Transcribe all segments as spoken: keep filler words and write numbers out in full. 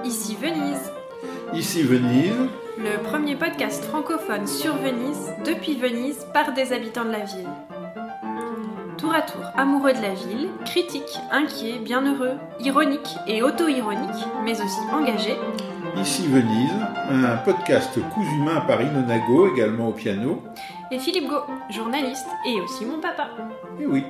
Ici Venise. Ici Venise. Le premier podcast francophone sur Venise, depuis Venise, par des habitants de la ville. Tour à tour amoureux de la ville, critiques, inquiets, bienheureux, ironiques et auto-ironiques, mais aussi engagés. Ici Venise, un podcast cousu main par Inonago, également au piano. Et Philippe Gau, journaliste et aussi mon papa. Et oui.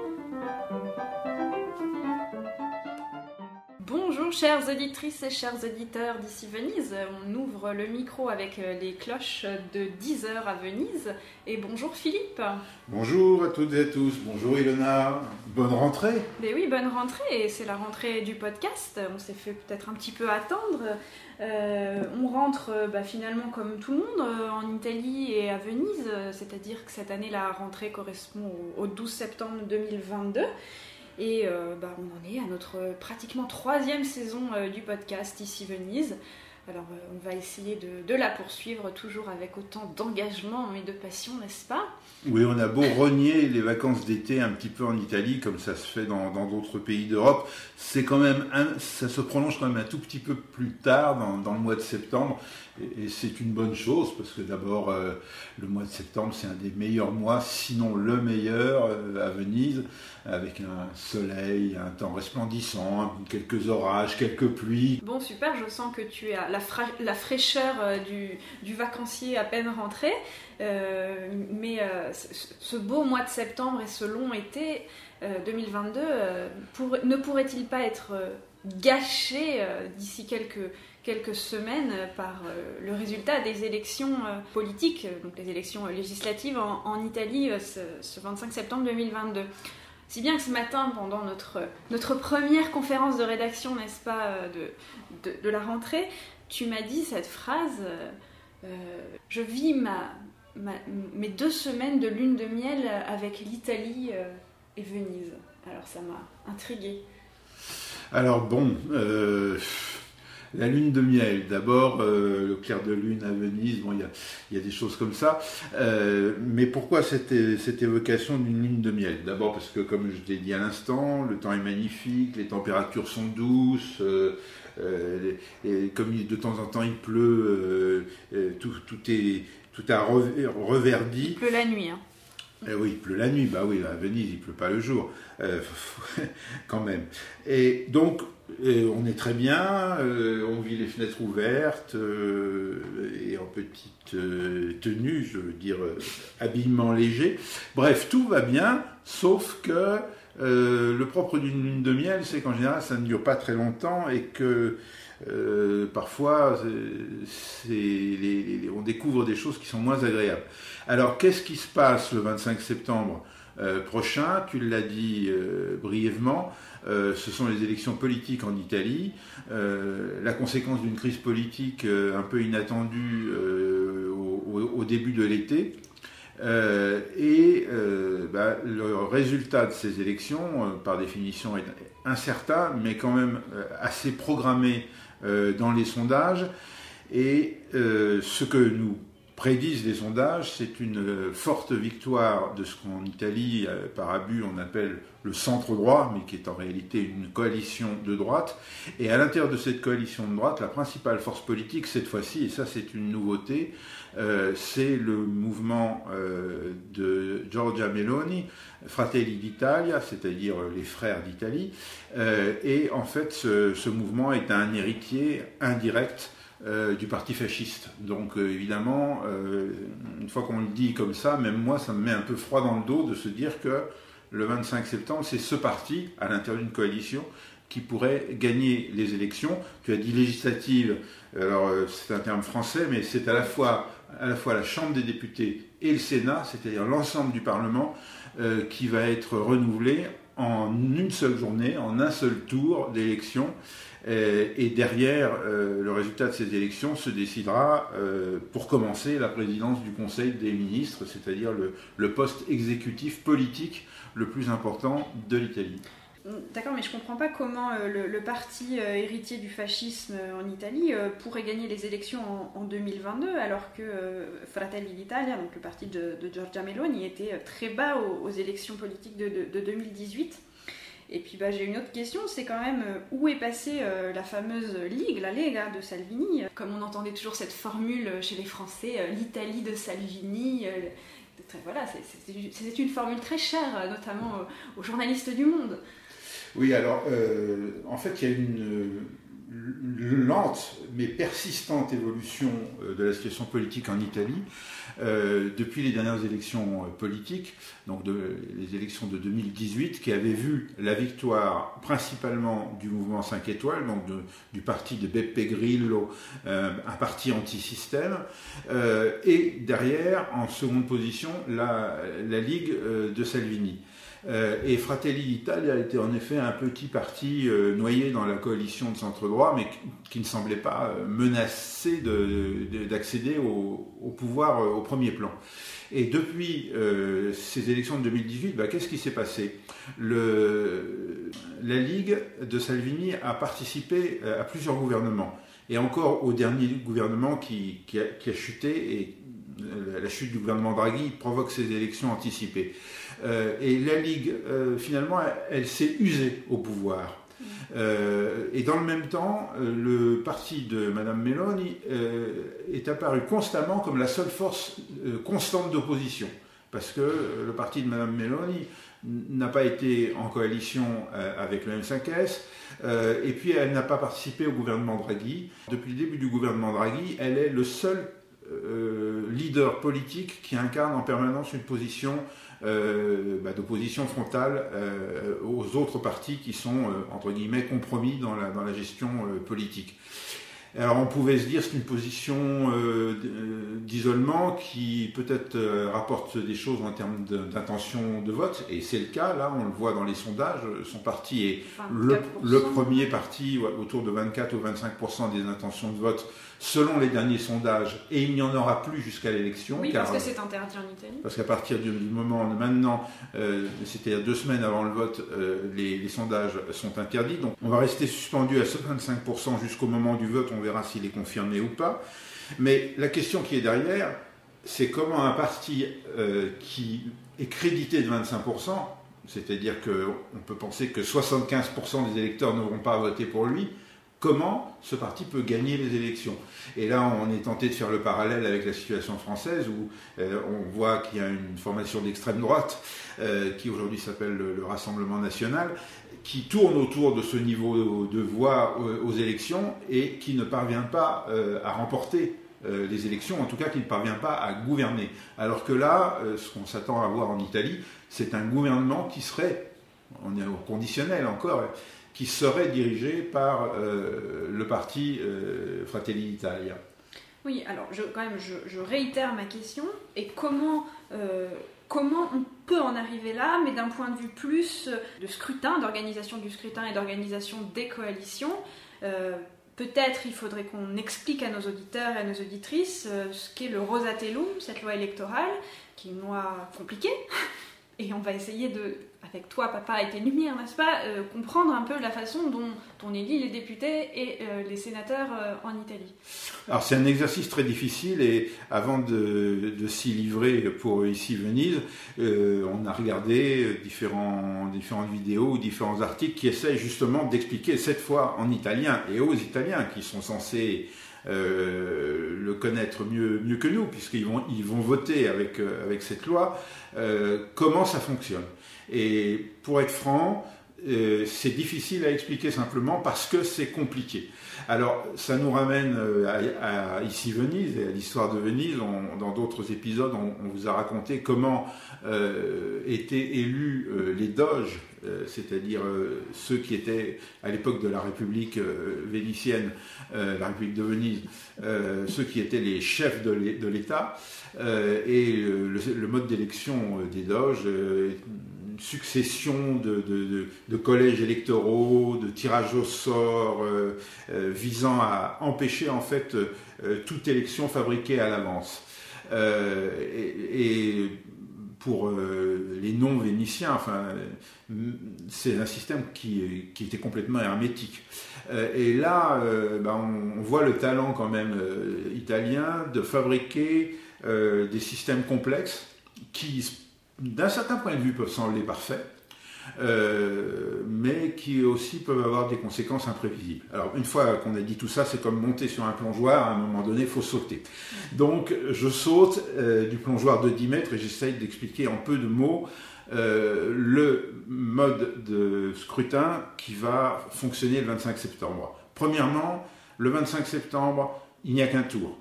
Bonjour chères auditrices et chers auditeurs d'Ici Venise. On ouvre le micro avec les cloches de dix heures à Venise. Et bonjour Philippe. Bonjour à toutes et à tous. Bonjour Ilona. Bonne rentrée. Mais oui, bonne rentrée. Et c'est la rentrée du podcast. On s'est fait peut-être un petit peu attendre. Euh, on rentre bah, finalement comme tout le monde euh, en Italie et à Venise. C'est-à-dire que cette année, la rentrée correspond au, au douze septembre deux mille vingt-deux. Et euh, bah, on en est à notre pratiquement troisième saison euh, du podcast Ici Venise. Alors euh, on va essayer de, de la poursuivre toujours avec autant d'engagement et de passion, n'est-ce pas ? Oui, on a beau renier les vacances d'été un petit peu en Italie, comme ça se fait dans, dans d'autres pays d'Europe, c'est quand même un, ça se prolonge quand même un tout petit peu plus tard, dans, dans le mois de septembre. Et, et c'est une bonne chose, parce que d'abord, euh, le mois de septembre, c'est un des meilleurs mois, sinon le meilleur euh, à Venise, avec un soleil, un temps resplendissant, quelques orages, quelques pluies. Bon, super, je sens que tu as la, fra- la fraîcheur euh, du, du vacancier à peine rentré. Euh, mais euh, ce, ce beau mois de septembre et ce long été euh, deux mille vingt-deux euh, pour, ne pourrait-il pas être euh, gâché euh, d'ici quelques, quelques semaines par euh, le résultat des élections euh, politiques, donc les élections législatives en, en Italie euh, ce, ce vingt-cinq septembre deux mille vingt-deux. Si bien que ce matin, pendant notre, notre première conférence de rédaction, n'est-ce pas, de, de, de la rentrée, tu m'as dit cette phrase euh, euh, « Je vis ma, ma, mes deux semaines de lune de miel avec l'Italie euh, et Venise ». Alors ça m'a intriguée. Alors bon... Euh... La lune de miel, d'abord, euh, le clair de lune à Venise, bon, il y a, y a des choses comme ça. Euh, mais pourquoi cette, cette évocation d'une lune de miel ? D'abord parce que, comme je l'ai dit à l'instant, le temps est magnifique, les températures sont douces, euh, euh, et comme de temps en temps il pleut, euh, tout, tout, est, tout a reverdi. Il pleut la nuit, hein. Eh oui, il pleut la nuit, bah oui, à Venise, il pleut pas le jour, euh, quand même. Et donc, euh, on est très bien, euh, on vit les fenêtres ouvertes, euh, et en petite euh, tenue, je veux dire, euh, habillement léger. Bref, tout va bien, sauf que euh, le propre d'une lune de miel, c'est qu'en général, ça ne dure pas très longtemps, et que Euh, parfois c'est, c'est les, les, on découvre des choses qui sont moins agréables. Alors qu'est-ce qui se passe le vingt-cinq septembre euh, prochain ? Tu l'as dit euh, brièvement, euh, ce sont les élections politiques en Italie, euh, la conséquence d'une crise politique euh, un peu inattendue euh, au, au, au début de l'été. Euh, et euh, bah, le résultat de ces élections, euh, par définition, est incertain, mais quand même euh, assez programmé euh, dans les sondages. Et euh, ce que nous prédisent les sondages, c'est une euh, forte victoire de ce qu'en Italie, euh, par abus, on appelle le centre-droit, mais qui est en réalité une coalition de droite. Et à l'intérieur de cette coalition de droite, la principale force politique, cette fois-ci, et ça c'est une nouveauté, euh, c'est le mouvement euh, de Giorgia Meloni, Fratelli d'Italia, c'est-à-dire les frères d'Italie. Euh, et en fait, ce, ce mouvement est un héritier indirect Euh, du parti fasciste. Donc euh, évidemment, euh, une fois qu'on le dit comme ça, même moi, ça me met un peu froid dans le dos de se dire que le vingt-cinq septembre, c'est ce parti, à l'intérieur d'une coalition, qui pourrait gagner les élections. Tu as dit législative, alors euh, c'est un terme français, mais c'est à la fois, à la fois la Chambre des députés et le Sénat, c'est-à-dire l'ensemble du Parlement, euh, qui va être renouvelé en une seule journée, en un seul tour d'élection. Et derrière, euh, le résultat de ces élections se décidera, euh, pour commencer, la présidence du Conseil des ministres, c'est-à-dire le, le poste exécutif politique le plus important de l'Italie. D'accord, mais je ne comprends pas comment euh, le, le parti euh, héritier du fascisme euh, en Italie euh, pourrait gagner les élections en, en deux mille vingt-deux, alors que euh, Fratelli d'Italia, donc le parti de, de Giorgia Meloni, était très bas aux, aux élections politiques de, de, de deux mille dix-huit. Et puis bah, j'ai une autre question, c'est quand même euh, où est passée euh, la fameuse Ligue, la Lega de Salvini. Comme on entendait toujours cette formule chez les Français, euh, l'Italie de Salvini. Euh, très, voilà, c'est, c'est, c'est une formule très chère, notamment aux, aux journalistes du Monde. Oui, alors euh, en fait il y a une lente mais persistante évolution de la situation politique en Italie euh, depuis les dernières élections politiques, donc de, les élections de deux mille dix-huit, qui avaient vu la victoire principalement du mouvement cinq étoiles, donc de, du parti de Beppe Grillo, euh, un parti anti-système, euh, et derrière, en seconde position, la, la Ligue euh, de Salvini. Euh, et Fratelli d'Italia était en effet un petit parti euh, noyé dans la coalition de centre-droit, mais qui, qui ne semblait pas euh, menacé de, de, d'accéder au, au pouvoir euh, au premier plan. Et depuis euh, ces élections de deux mille dix-huit, bah, qu'est-ce qui s'est passé ? Le, La Ligue de Salvini a participé à plusieurs gouvernements, et encore au dernier gouvernement qui, qui, a, qui a chuté, et la chute du gouvernement Draghi provoque ces élections anticipées. Euh, et la Ligue, euh, finalement, elle, elle s'est usée au pouvoir. Euh, et dans le même temps, euh, le parti de Mme Meloni euh, est apparu constamment comme la seule force euh, constante d'opposition. Parce que euh, le parti de Mme Meloni n'a pas été en coalition euh, avec le M cinq S, euh, et puis elle n'a pas participé au gouvernement Draghi. Depuis le début du gouvernement Draghi, elle est le seul euh, leader politique qui incarne en permanence une position Euh, bah, d'opposition frontale euh, aux autres partis qui sont, euh, entre guillemets, compromis dans la, dans la gestion euh, politique. Alors on pouvait se dire que c'est une position euh, d'isolement qui peut-être euh, rapporte des choses en termes de, d'intention de vote, et c'est le cas, là on le voit dans les sondages, son parti est le, le premier parti, autour de vingt-quatre ou vingt-cinq pour cent des intentions de vote selon les derniers sondages, et il n'y en aura plus jusqu'à l'élection. Oui, car, parce que c'est interdit en Italie. Parce qu'à partir du, du moment de maintenant, euh, c'était il y a deux semaines avant le vote, euh, les, les sondages sont interdits. Donc on va rester suspendu à vingt-cinq pour cent jusqu'au moment du vote, on verra s'il est confirmé ou pas. Mais la question qui est derrière, c'est comment un parti euh, qui est crédité de vingt-cinq pour cent, c'est-à-dire qu'on peut penser que soixante-quinze pour cent des électeurs ne vont pas voter pour lui, comment ce parti peut gagner les élections. Et là, on est tenté de faire le parallèle avec la situation française, où euh, on voit qu'il y a une formation d'extrême droite, euh, qui aujourd'hui s'appelle le, le Rassemblement National, qui tourne autour de ce niveau de voix aux, aux élections, et qui ne parvient pas euh, à remporter euh, les élections, en tout cas qui ne parvient pas à gouverner. Alors que là, euh, ce qu'on s'attend à voir en Italie, c'est un gouvernement qui serait, on est au conditionnel encore, qui serait dirigé par euh, le parti euh, Fratelli d'Italia. Oui, alors je, quand même, je, je réitère ma question. Et comment, euh, comment on peut en arriver là, mais d'un point de vue plus de scrutin, d'organisation du scrutin et d'organisation des coalitions, euh, peut-être il faudrait qu'on explique à nos auditeurs et à nos auditrices euh, ce qu'est le Rosatellum, cette loi électorale, qui est une loi compliquée. Et on va essayer de, avec toi, papa, et tes lumières, n'est-ce pas, euh, comprendre un peu la façon dont on élit les députés et euh, les sénateurs euh, en Italie. Alors c'est un exercice très difficile, et avant de, de s'y livrer pour Ici Venise, euh, on a regardé différents, différentes vidéos ou différents articles qui essayent justement d'expliquer, cette fois en italien et aux Italiens qui sont censés Euh, le connaître mieux, mieux que nous, puisqu'ils vont, ils vont voter avec, euh, avec cette loi, euh, comment ça fonctionne. Et pour être franc, euh, c'est difficile à expliquer simplement parce que c'est compliqué. Alors, ça nous ramène à, à Ici Venise et à l'histoire de Venise. On, dans d'autres épisodes, on, on vous a raconté comment euh, étaient élus euh, les doges, euh, c'est-à-dire euh, ceux qui étaient à l'époque de la République euh, vénitienne, euh, la République de Venise, euh, ceux qui étaient les chefs de l'État, euh, et le, le mode d'élection des doges. Euh, succession de, de, de, de collèges électoraux, de tirages au sort, euh, euh, visant à empêcher en fait euh, toute élection fabriquée à l'avance. Euh, et, et pour euh, les non-vénitiens, enfin, c'est un système qui, qui était complètement hermétique. Euh, et là, euh, ben on, on voit le talent quand même euh, italien de fabriquer euh, des systèmes complexes qui, d'un certain point de vue, peuvent sembler parfaits, euh, mais qui aussi peuvent avoir des conséquences imprévisibles. Alors une fois qu'on a dit tout ça, c'est comme monter sur un plongeoir, à un moment donné, il faut sauter. Donc je saute euh, du plongeoir de dix mètres et j'essaye d'expliquer en peu de mots euh, le mode de scrutin qui va fonctionner le vingt-cinq septembre. Premièrement, le vingt-cinq septembre, il n'y a qu'un tour.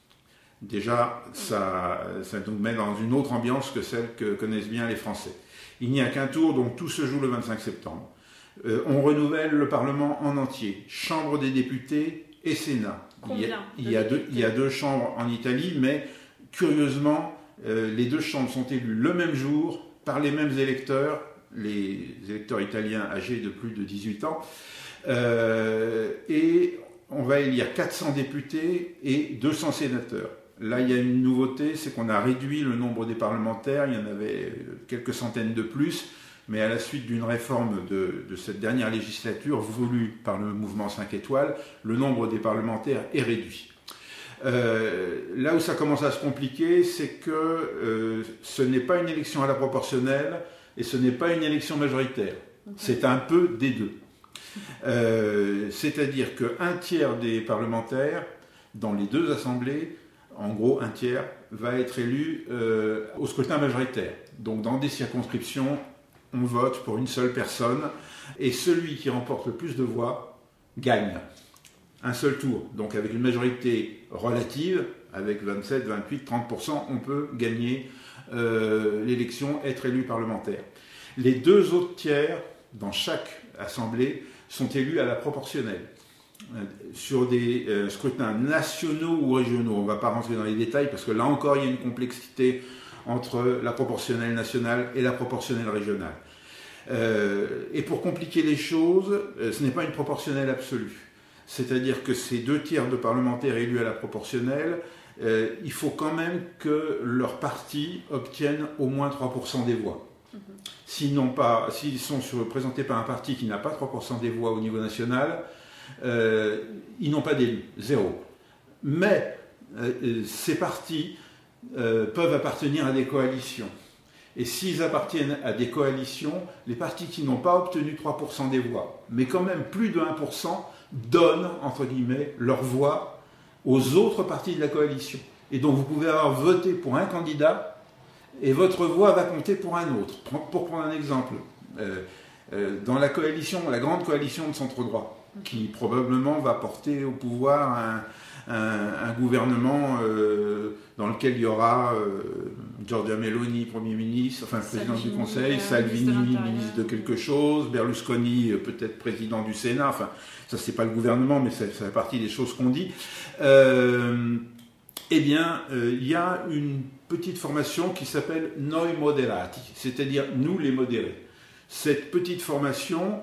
Déjà, ça, ça nous met dans une autre ambiance que celle que connaissent bien les Français. Il n'y a qu'un tour, donc tout se joue le vingt-cinq septembre. Euh, on renouvelle le Parlement en entier, Chambre des députés et Sénat. Combien il y a, il y a, deux, il y a deux chambres en Italie, mais curieusement, euh, les deux chambres sont élues le même jour par les mêmes électeurs, les électeurs italiens âgés de plus de dix-huit ans, euh, et on va élire quatre cents députés et deux cents sénateurs. Là, il y a une nouveauté, c'est qu'on a réduit le nombre des parlementaires, il y en avait quelques centaines de plus, mais à la suite d'une réforme de, de cette dernière législature voulue par le mouvement cinq étoiles, le nombre des parlementaires est réduit. Euh, là où ça commence à se compliquer, c'est que euh, ce n'est pas une élection à la proportionnelle et ce n'est pas une élection majoritaire. Okay. C'est un peu des deux. Euh, c'est-à-dire qu'un tiers des parlementaires dans les deux assemblées, en gros un tiers, va être élu euh, au scrutin majoritaire. Donc dans des circonscriptions, on vote pour une seule personne et celui qui remporte le plus de voix gagne. Un seul tour. Donc avec une majorité relative, avec vingt-sept, vingt-huit, trente pour cent, on peut gagner euh, l'élection, être élu parlementaire. Les deux autres tiers, dans chaque assemblée, sont élus à la proportionnelle. Sur des euh, scrutins nationaux ou régionaux, on ne va pas rentrer dans les détails parce que là encore il y a une complexité entre la proportionnelle nationale et la proportionnelle régionale. Euh, et pour compliquer les choses, euh, ce n'est pas une proportionnelle absolue. C'est-à-dire que ces deux tiers de parlementaires élus à la proportionnelle, euh, il faut quand même que leur parti obtienne au moins trois pour cent des voix. Mmh. S'ils n'ont pas, s'ils sont représentés par un parti qui n'a pas trois pour cent des voix au niveau national, euh, ils n'ont pas d'élu, zéro. Mais euh, ces partis euh, peuvent appartenir à des coalitions. Et s'ils appartiennent à des coalitions, les partis qui n'ont pas obtenu trois pour cent des voix, mais quand même plus de un pour cent, donnent, entre guillemets, leur voix aux autres partis de la coalition. Et donc vous pouvez avoir voté pour un candidat et votre voix va compter pour un autre. Pour prendre un exemple, euh, euh, dans la coalition, la grande coalition de centre-droit, qui probablement va porter au pouvoir un, un, un gouvernement euh, dans lequel il y aura euh, Giorgia Meloni, Premier ministre, enfin président du Conseil, Salvini, ministre de, ministre de quelque chose, Berlusconi, peut-être président du Sénat, enfin ça c'est pas le gouvernement, mais ça, ça fait partie des choses qu'on dit. Euh, eh bien, euh, il y a une petite formation qui s'appelle Noi Moderati, c'est-à-dire nous les modérés. Cette petite formation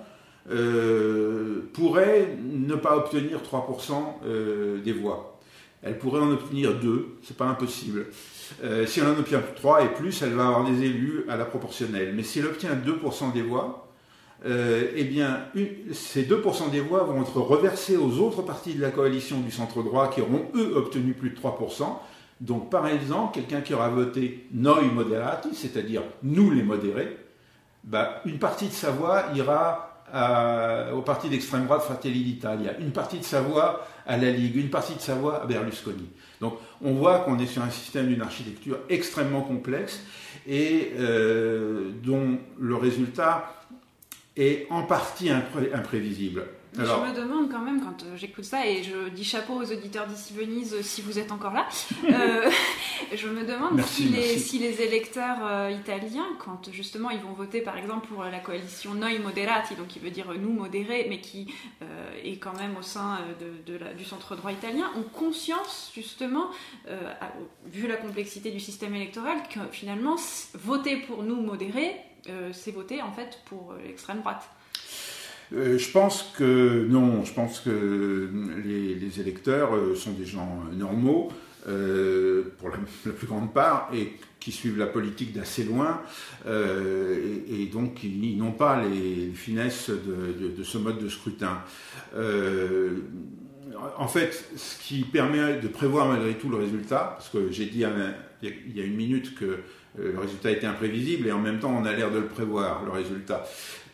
euh, pourrait ne pas obtenir trois pour cent euh, des voix. Elle pourrait en obtenir deux, c'est pas impossible. Euh, si elle en obtient trois et plus, elle va avoir des élus à la proportionnelle. Mais si elle obtient deux pour cent des voix, euh, eh bien, une, ces deux pour cent des voix vont être reversées aux autres partis de la coalition du centre-droit qui auront, eux, obtenu plus de trois pour cent. Donc, par exemple, quelqu'un qui aura voté Noi Moderati, c'est-à-dire nous les modérés, bah, une partie de sa voix ira à, au parti d'extrême droite Fratelli d'Italia, une partie de sa voix à la Ligue, une partie de sa voix à Berlusconi. Donc on voit qu'on est sur un système d'une architecture extrêmement complexe et euh, dont le résultat est en partie impré- imprévisible. Alors, je me demande quand même, quand euh, j'écoute ça, et je dis chapeau aux auditeurs d'Ici Venise euh, si vous êtes encore là, euh, je me demande merci, si, les, merci. si les électeurs euh, italiens, quand justement ils vont voter par exemple pour la coalition Noi Moderati, donc qui veut dire nous modérés, mais qui euh, est quand même au sein de, de la, du centre-droit italien, ont conscience justement, euh, à, vu la complexité du système électoral, que finalement voter pour nous modérés, euh, c'est voter en fait pour l'extrême droite. Euh, je pense que non, je pense que les, les électeurs euh, sont des gens normaux, euh, pour la, la plus grande part, et qui suivent la politique d'assez loin, euh, et, et donc ils, ils n'ont pas les finesses de, de, de ce mode de scrutin. Euh, en fait, ce qui permet de prévoir malgré tout le résultat, parce que j'ai dit un, il y a une minute que le résultat était imprévisible et en même temps on a l'air de le prévoir, le résultat. Pourquoi ?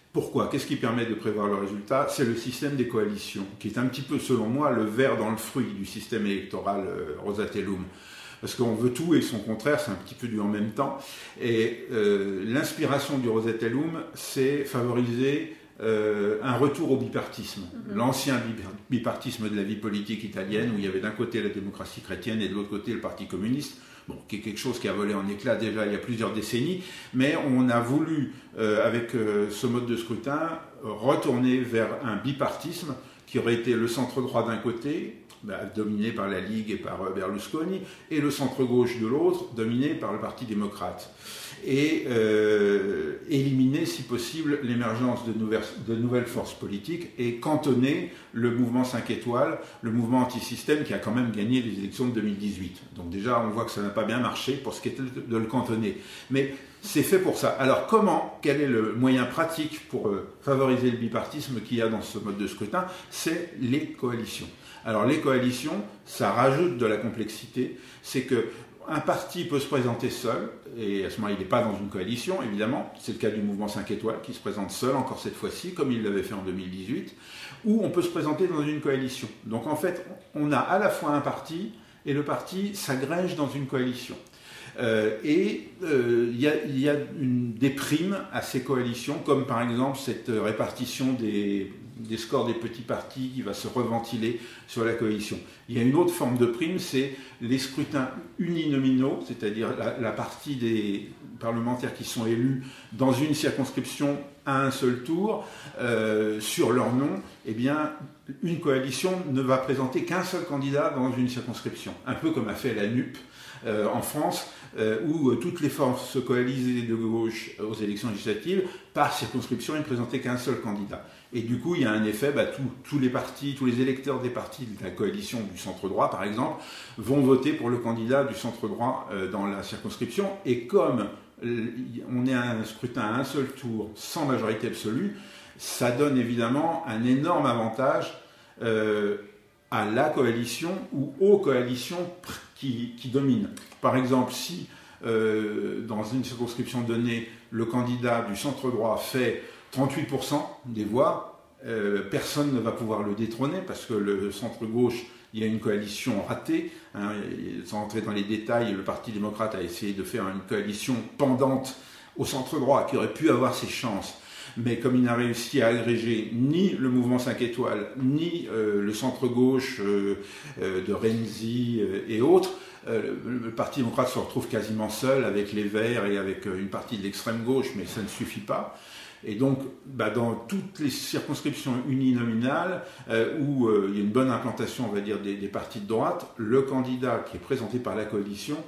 Qu'est-ce qui permet de prévoir le résultat ? C'est le système des coalitions, qui est un petit peu, selon moi, le ver dans le fruit du système électoral euh, Rosatellum. Parce qu'on veut tout et son contraire, c'est un petit peu du en même temps. Et euh, l'inspiration du Rosatellum, c'est favoriser euh, un retour au bipartisme. Mm-hmm. L'ancien bipartisme de la vie politique italienne, où il y avait d'un côté la démocratie chrétienne et de l'autre côté le Parti communiste. Bon, qui est quelque chose qui a volé en éclats déjà il y a plusieurs décennies, mais on a voulu, euh, avec euh, ce mode de scrutin, retourner vers un bipartisme qui aurait été le centre-droit d'un côté, bah, dominé par la Ligue et par euh, Berlusconi, et le centre-gauche de l'autre, dominé par le Parti démocrate. Et euh, éliminer, si possible, l'émergence de nouvelles, de nouvelles forces politiques et cantonner le mouvement cinq étoiles, le mouvement anti-système qui a quand même gagné les élections de deux mille dix-huit. Donc déjà, on voit que ça n'a pas bien marché pour ce qui était de le cantonner. Mais c'est fait pour ça. Alors comment ? Quel est le moyen pratique pour euh, favoriser le bipartisme qu'il y a dans ce mode de scrutin ? C'est les coalitions. Alors les coalitions, ça rajoute de la complexité. C'est que un parti peut se présenter seul, et à ce moment-là, il n'est pas dans une coalition, évidemment. C'est le cas du mouvement cinq étoiles, qui se présente seul, encore cette fois-ci, comme il l'avait fait en deux mille dix-huit, ou on peut se présenter dans une coalition. Donc en fait, on a à la fois un parti, et le parti s'agrège dans une coalition. Euh, et il euh, y a, y a une, des primes à ces coalitions, comme par exemple cette répartition des, des scores des petits partis qui va se reventiler sur la coalition. Il y a une autre forme de prime, c'est les scrutins uninominaux, c'est-à-dire la, la partie des parlementaires qui sont élus dans une circonscription à un seul tour, euh, sur leur nom. Eh bien, une coalition ne va présenter qu'un seul candidat dans une circonscription, un peu comme a fait la N U P euh, en France, Euh, où euh, toutes les forces coalisées de gauche euh, aux élections législatives, par circonscription, ne présentaient qu'un seul candidat. Et du coup, il y a un effet, bah, tout, tous les partis, tous les électeurs des partis de la coalition du centre-droit, par exemple, vont voter pour le candidat du centre-droit euh, dans la circonscription. Et comme euh, on est à un scrutin à un seul tour, sans majorité absolue, ça donne évidemment un énorme avantage euh, à la coalition ou aux coalitions qui, qui dominent. Par exemple, si euh, dans une circonscription donnée, le candidat du centre-droit fait trente-huit pour cent des voix, euh, personne ne va pouvoir le détrôner parce que le centre-gauche, il y a une coalition ratée. Hein, sans entrer dans les détails, le Parti démocrate a essayé de faire une coalition pendante au centre-droit qui aurait pu avoir ses chances. Mais comme il n'a réussi à agréger ni le mouvement cinq étoiles, ni euh, le centre-gauche euh, euh, de Renzi euh, et autres, euh, le, le Parti démocrate se retrouve quasiment seul avec les Verts et avec euh, une partie de l'extrême gauche, mais ça ne suffit pas. Et donc, bah, dans toutes les circonscriptions uninominales, euh, où euh, il y a une bonne implantation, on va dire, des, des partis de droite, le candidat qui est présenté par la coalition,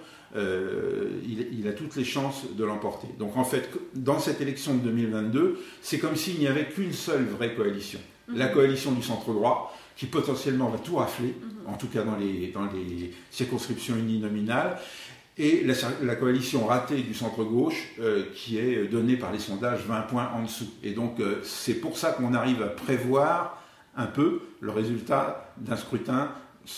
euh, il, il a toutes les chances de l'emporter. Donc en fait, dans cette élection de deux mille vingt-deux, c'est comme s'il n'y avait qu'une seule vraie coalition. Mmh. La coalition du centre-droit, qui potentiellement va tout rafler, mmh. en tout cas dans les, dans les circonscriptions uninominales, et la, la coalition ratée du centre-gauche, euh, qui est donnée par les sondages vingt points en dessous. Et donc, euh, c'est pour ça qu'on arrive à prévoir un peu le résultat d'un scrutin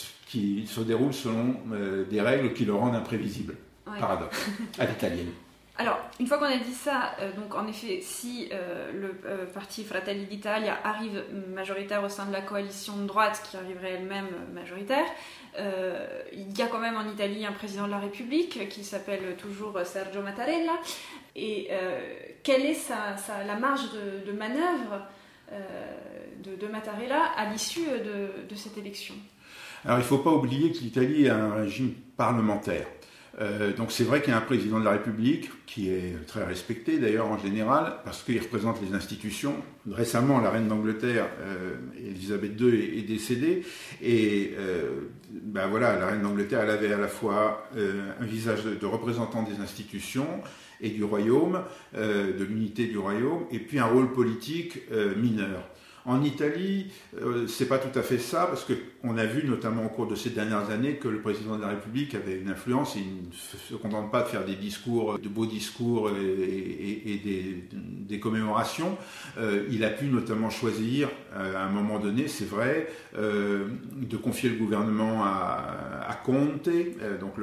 qui se déroule selon euh, des règles qui le rendent imprévisible. Ouais. Paradoxe, à l'italienne. Alors, une fois qu'on a dit ça, euh, donc en effet, si euh, le euh, parti Fratelli d'Italia arrive majoritaire au sein de la coalition de droite, qui arriverait elle-même majoritaire, euh, il y a quand même en Italie un président de la République qui s'appelle toujours Sergio Mattarella. Et euh, quelle est sa, sa, la marge de, de manœuvre euh, de, de Mattarella à l'issue de, de cette élection ? Alors, il ne faut pas oublier que l'Italie a un régime parlementaire. Euh, donc c'est vrai qu'il y a un président de la République qui est très respecté d'ailleurs en général parce qu'il représente les institutions. Récemment, la reine d'Angleterre, euh, Elisabeth deux, est, est décédée et euh, ben voilà, la reine d'Angleterre, elle avait à la fois euh, un visage de, de représentant des institutions et du royaume, euh, de l'unité du royaume, et puis un rôle politique euh, mineur. En Italie, euh, c'est pas tout à fait ça, parce qu'on a vu notamment au cours de ces dernières années que le président de la République avait une influence et il ne se contente pas de faire des discours, de beaux discours et, et, et des, des commémorations. Euh, il a pu notamment choisir, euh, à un moment donné, c'est vrai, euh, de confier le gouvernement à, à Conte, euh, donc le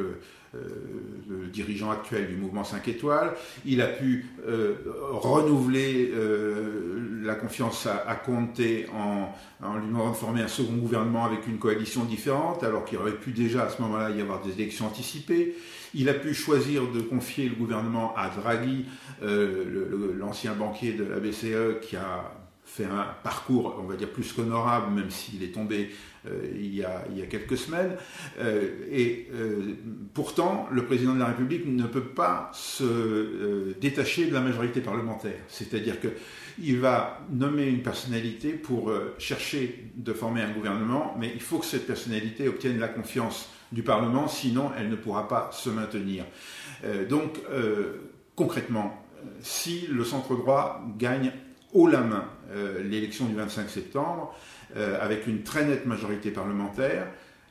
euh, le dirigeant actuel du mouvement cinq étoiles. Il a pu euh, renouveler euh, la confiance à, à Conté en, en lui demandant de former un second gouvernement avec une coalition différente, alors qu'il aurait pu déjà à ce moment-là y avoir des élections anticipées. Il a pu choisir de confier le gouvernement à Draghi, euh, le, le, l'ancien banquier de la B C E, qui a fait un parcours, on va dire, plus qu'honorable, même s'il est tombé euh, il, y a, il y a quelques semaines. Euh, et euh, pourtant, le président de la République ne peut pas se euh, détacher de la majorité parlementaire. C'est-à-dire qu'il va nommer une personnalité pour euh, chercher de former un gouvernement, mais il faut que cette personnalité obtienne la confiance du Parlement, sinon elle ne pourra pas se maintenir. Euh, donc, euh, concrètement, si le centre-droit gagne haut la main euh, l'élection du vingt-cinq septembre, euh, avec une très nette majorité parlementaire,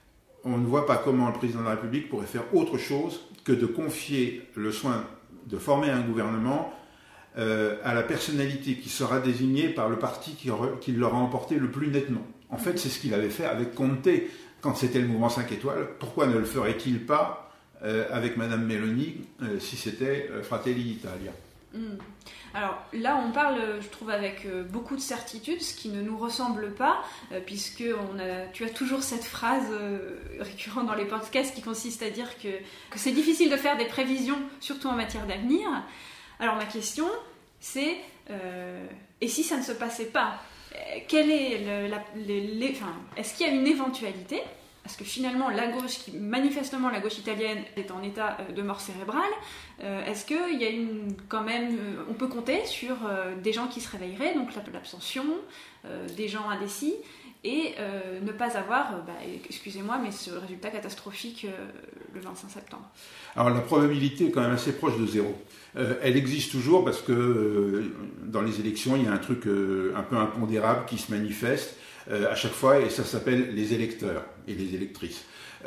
on ne voit pas comment le président de la République pourrait faire autre chose que de confier le soin de former un gouvernement euh, à la personnalité qui sera désignée par le parti qui, aura, qui l'aura emporté le plus nettement. En fait, c'est ce qu'il avait fait avec Conté quand c'était le mouvement cinq étoiles. Pourquoi ne le ferait-il pas euh, avec Madame Meloni euh, si c'était euh, Fratelli d'Italia? Mmh. Alors là, on parle, je trouve, avec beaucoup de certitude, ce qui ne nous ressemble pas, puisque on a, tu as toujours cette phrase euh, récurrente dans les podcasts qui consiste à dire que, que c'est difficile de faire des prévisions, surtout en matière d'avenir. Alors ma question, c'est, euh, et si ça ne se passait pas? Quelle est le, la, les, les, enfin, est-ce qu'il y a une éventualité? Parce que finalement, la gauche, qui manifestement la gauche italienne, est en état de mort cérébrale. Euh, est-ce qu'il y a une, quand même, euh, on peut compter sur euh, des gens qui se réveilleraient, donc l'abstention, euh, des gens indécis, et euh, ne pas avoir, euh, bah, excusez-moi, mais ce résultat catastrophique euh, le vingt-cinq septembre? Alors la probabilité est quand même assez proche de zéro. Euh, elle existe toujours parce que euh, dans les élections, il y a un truc euh, un peu impondérable qui se manifeste euh, à chaque fois, et ça s'appelle les électeurs et les électrices.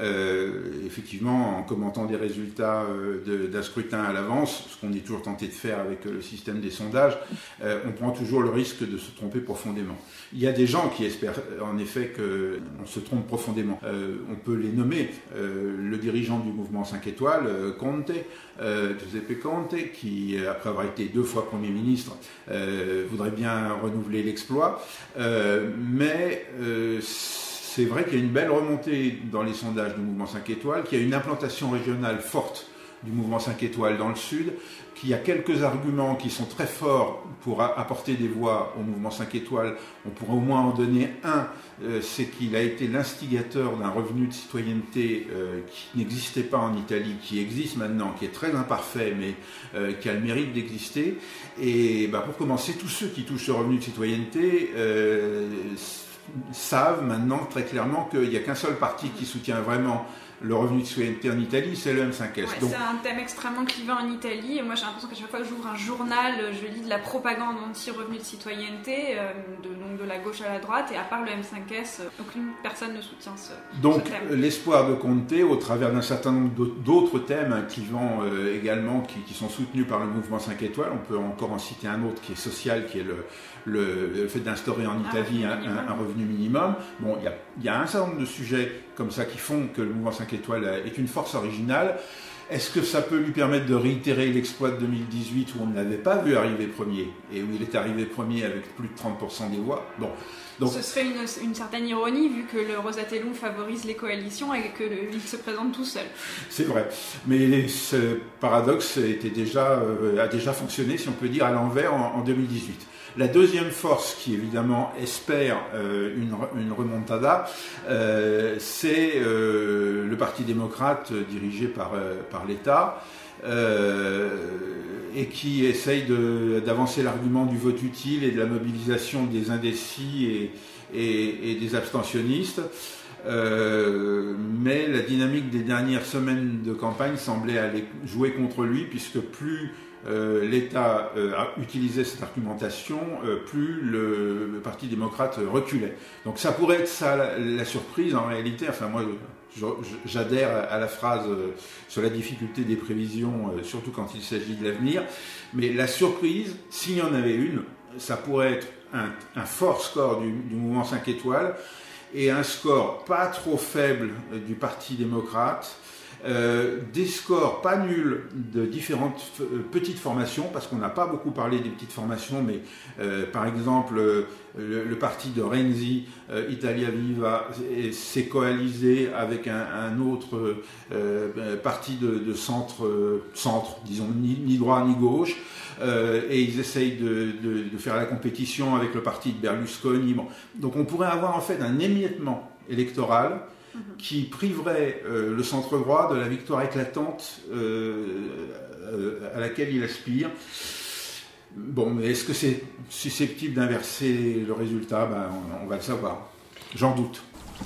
Euh, effectivement, en commentant des résultats euh, de, d'un scrutin à l'avance, ce qu'on est toujours tenté de faire avec euh, le système des sondages, euh, on prend toujours le risque de se tromper profondément. Il y a des gens qui espèrent en effet qu'on se trompe profondément. Euh, on peut les nommer. Euh, le dirigeant du mouvement cinq étoiles, euh, Conte, euh, Giuseppe Conte, qui, après avoir été deux fois Premier ministre, euh, voudrait bien renouveler l'exploit. Euh, mais euh, c'est vrai qu'il y a une belle remontée dans les sondages du mouvement cinq étoiles, qu'il y a une implantation régionale forte du mouvement cinq étoiles dans le sud, qu'il y a quelques arguments qui sont très forts pour apporter des voix au mouvement cinq étoiles. On pourrait au moins en donner un, euh, c'est qu'il a été l'instigateur d'un revenu de citoyenneté euh, qui n'existait pas en Italie, qui existe maintenant, qui est très imparfait, mais euh, qui a le mérite d'exister. Et bah, pour commencer, tous ceux qui touchent ce revenu de citoyenneté euh, savent maintenant très clairement qu'il n'y a qu'un seul parti qui soutient vraiment le revenu de citoyenneté en Italie, c'est le M cinq S. Ouais, donc, c'est un thème extrêmement clivant en Italie, et moi j'ai l'impression qu'à chaque fois que j'ouvre un journal, je lis de la propagande anti-revenu de citoyenneté, euh, de, donc de la gauche à la droite, et à part le M cinq S, aucune personne ne soutient ce, donc, ce thème. L'espoir de Conte, au travers d'un certain nombre d'autres thèmes hein, clivants euh, également, qui, qui sont soutenus par le mouvement cinq étoiles, on peut encore en citer un autre qui est social, qui est le, le, le fait d'instaurer en Italie un, un, un, un revenu minimum. Bon, il y a, y a un certain nombre de sujets comme ça qui font que le mouvement cinq étoiles est une force originale. Est-ce que ça peut lui permettre de réitérer l'exploit de deux mille dix-huit où on ne l'avait pas vu arriver premier et où il est arrivé premier avec plus de trente pour cent des voix? Bon. Donc, ce serait une, une certaine ironie vu que le Rosatellum favorise les coalitions et qu'il se présente tout seul. C'est vrai, mais ce paradoxe était déjà, euh, a déjà fonctionné, si on peut dire, à l'envers en, en deux mille dix-huit. La deuxième force qui évidemment espère euh, une, une remontada, euh, c'est euh, le Parti démocrate euh, dirigé par, euh, par l'État euh, et qui essaye de, d'avancer l'argument du vote utile et de la mobilisation des indécis et, et, et des abstentionnistes. Euh, mais la dynamique des dernières semaines de campagne semblait aller jouer contre lui, puisque plus Euh, l'État euh, a utilisé cette argumentation, euh, plus le, le Parti démocrate reculait. Donc ça pourrait être ça la, la surprise en réalité. Enfin moi je, je, j'adhère à la phrase euh, sur la difficulté des prévisions, euh, surtout quand il s'agit de l'avenir. Mais la surprise, s'il y en avait une, ça pourrait être un, un fort score du, du mouvement cinq étoiles et un score pas trop faible euh, du Parti démocrate. Euh, des scores pas nuls de différentes f- euh, petites formations, parce qu'on n'a pas beaucoup parlé des petites formations, mais euh, par exemple euh, le, le parti de Renzi, euh, Italia Viva, est- s'est coalisé avec un, un autre euh, parti de, de centre, euh, centre, disons ni, ni droit ni gauche, euh, et ils essayent de, de, de faire la compétition avec le parti de Berlusconi. Bon. Donc on pourrait avoir en fait un émiettement électoral qui priverait euh, le centre droit de la victoire éclatante euh, euh, à laquelle il aspire. Bon, mais est-ce que c'est susceptible d'inverser le résultat? Ben, on, on va le savoir. J'en doute.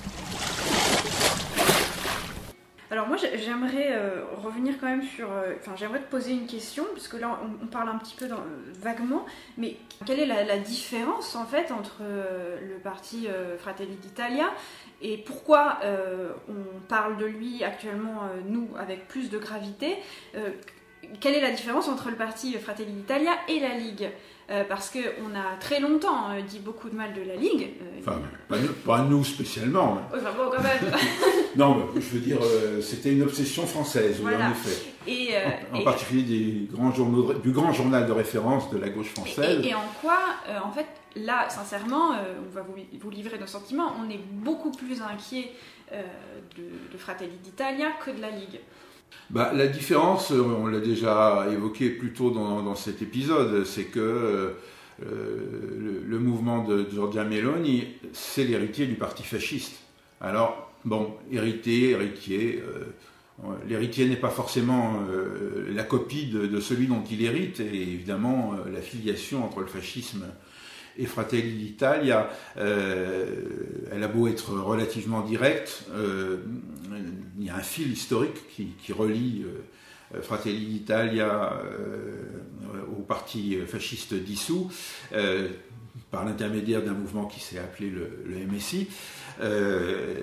Alors moi j'aimerais euh, revenir quand même sur, euh, enfin j'aimerais te poser une question, parce que là on, on parle un petit peu dans, euh, vaguement, mais quelle est la, la différence en fait entre euh, le parti euh, Fratelli d'Italia et pourquoi euh, on parle de lui actuellement, euh, nous, avec plus de gravité euh, quelle est la différence entre le parti Fratelli d'Italia et la Ligue? Euh, parce qu'on a très longtemps euh, dit beaucoup de mal de la Ligue. Euh, Enfin, pas nous, pas nous spécialement. Oui, enfin bon, quand même. Non, mais je veux dire, euh, c'était une obsession française, oui, Voilà. en effet. Et, euh, en, en et, particulier des grands journaux de- du grand journal de référence de la gauche française. Et, et en quoi, euh, en fait, là, sincèrement, euh, on va vous, vous livrer nos sentiments, on est beaucoup plus inquiet euh, de, de Fratelli d'Italia que de la Ligue. Bah, la différence, on l'a déjà évoqué plus tôt dans, dans cet épisode, c'est que euh, le, le mouvement de Giorgia Meloni, c'est l'héritier du parti fasciste. Alors, bon, héritier, héritier, euh, l'héritier n'est pas forcément euh, la copie de, de celui dont il hérite, et évidemment, euh, la filiation entre le fascisme et Fratelli d'Italia, euh, elle a beau être relativement directe, euh, il y a un fil historique qui, qui relie euh, Fratelli d'Italia euh, au parti fasciste dissous, euh, par l'intermédiaire d'un mouvement qui s'est appelé le, le M S I. Euh,